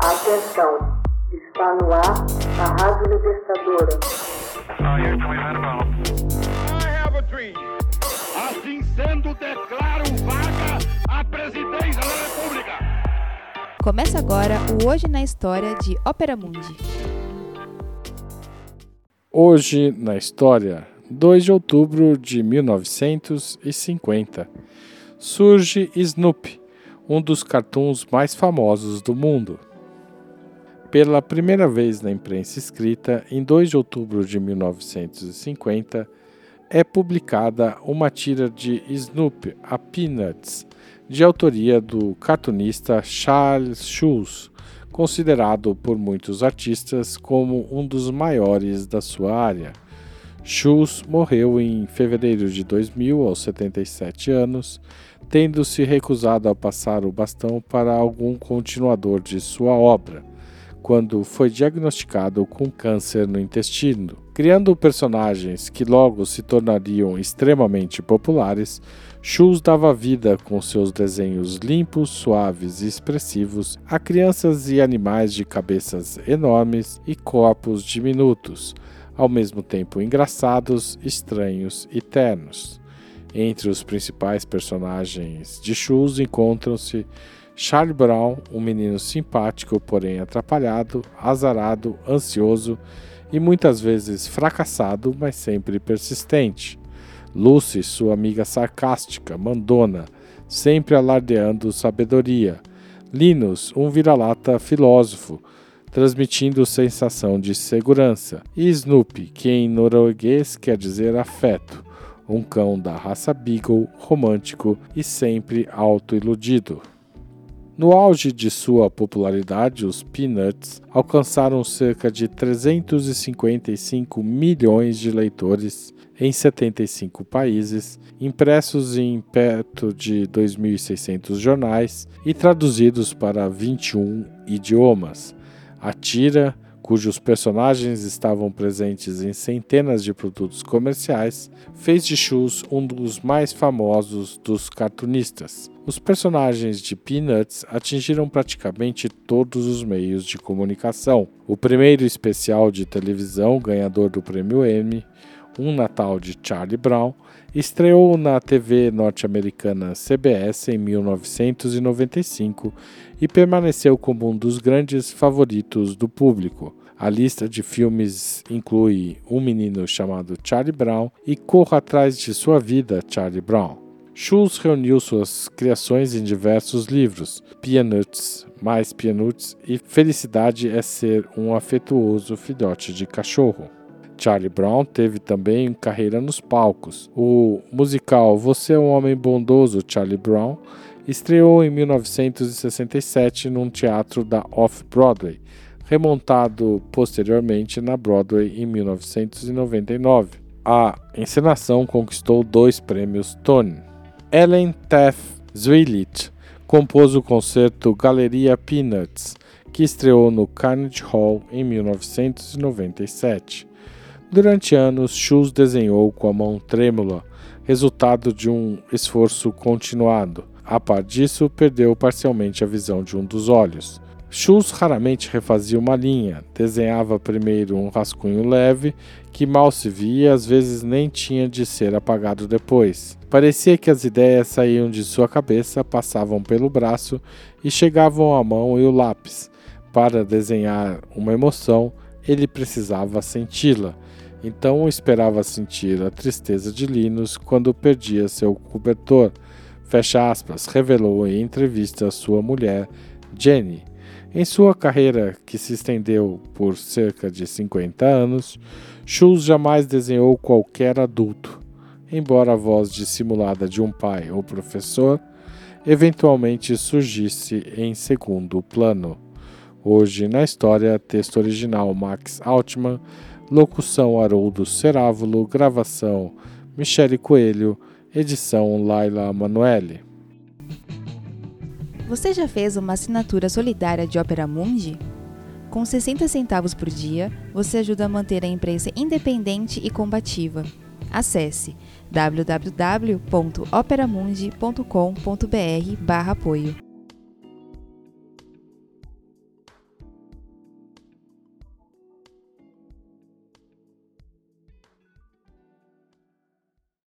Atenção, está no ar a Rádio Libertadora. I have a dream. Assim sendo, declaro vaga a presidência da República. Começa agora o Hoje na História de Ópera Mundi. Hoje na História, 2 de outubro de 1950, surge Snoopy, um dos cartoons mais famosos do mundo. Pela primeira vez na imprensa escrita, em 2 de outubro de 1950, é publicada uma tira de Snoopy, a Peanuts, de autoria do cartunista Charles Schulz, considerado por muitos artistas como um dos maiores da sua área. Schulz morreu em fevereiro de 2000, aos 77 anos, tendo se recusado a passar o bastão para algum continuador de sua obra, quando foi diagnosticado com câncer no intestino. Criando personagens que logo se tornariam extremamente populares, Schulz dava vida com seus desenhos limpos, suaves e expressivos a crianças e animais de cabeças enormes e corpos diminutos, ao mesmo tempo engraçados, estranhos e ternos. Entre os principais personagens de Schulz encontram-se Charlie Brown, um menino simpático, porém atrapalhado, azarado, ansioso e muitas vezes fracassado, mas sempre persistente. Lucy, sua amiga sarcástica, mandona, sempre alardeando sabedoria. Linus, um vira-lata filósofo, transmitindo sensação de segurança. E Snoopy, que em norueguês quer dizer afeto, um cão da raça Beagle, romântico e sempre autoiludido. No auge de sua popularidade, os Peanuts alcançaram cerca de 355 milhões de leitores em 75 países, impressos em perto de 2.600 jornais e traduzidos para 21 idiomas. A tira, cujos personagens estavam presentes em centenas de produtos comerciais, fez de Schulz um dos mais famosos dos cartunistas. Os personagens de Peanuts atingiram praticamente todos os meios de comunicação. O primeiro especial de televisão, ganhador do Prêmio Emmy, Um Natal de Charlie Brown, estreou na TV norte-americana CBS em 1995 e permaneceu como um dos grandes favoritos do público. A lista de filmes inclui Um Menino Chamado Charlie Brown e Corra Atrás de Sua Vida, Charlie Brown. Schulz reuniu suas criações em diversos livros, Peanuts, Mais Peanuts e Felicidade é Ser um Afetuoso Filhote de Cachorro. Charlie Brown teve também carreira nos palcos. O musical Você é um Homem Bondoso, Charlie Brown, estreou em 1967 num teatro da Off-Broadway, remontado posteriormente na Broadway em 1999. A encenação conquistou 2 prêmios Tony. Ellen Taft Zwilich compôs o concerto Galeria Peanuts, que estreou no Carnegie Hall em 1997. Durante anos, Schulz desenhou com a mão trêmula, resultado de um esforço continuado. A par disso, perdeu parcialmente a visão de um dos olhos. Schulz raramente refazia uma linha, desenhava primeiro um rascunho leve, que mal se via e às vezes nem tinha de ser apagado depois. Parecia que as ideias saíam de sua cabeça, passavam pelo braço e chegavam à mão e o lápis. Para desenhar uma emoção, ele precisava senti-la. Então esperava sentir a tristeza de Linus quando perdia seu cobertor. Fecha aspas, revelou em entrevista a sua mulher, Jenny. Em sua carreira, que se estendeu por cerca de 50 anos, Schulz jamais desenhou qualquer adulto, embora a voz dissimulada de um pai ou professor eventualmente surgisse em segundo plano. Hoje na História, texto original Max Altman, locução Haroldo Cerávulo, gravação Michele Coelho, edição Laila Manoeli. Você já fez uma assinatura solidária de Ópera Mundi? Com 60 centavos por dia, você ajuda a manter a imprensa independente e combativa. Acesse www.operamundi.com.br/apoio.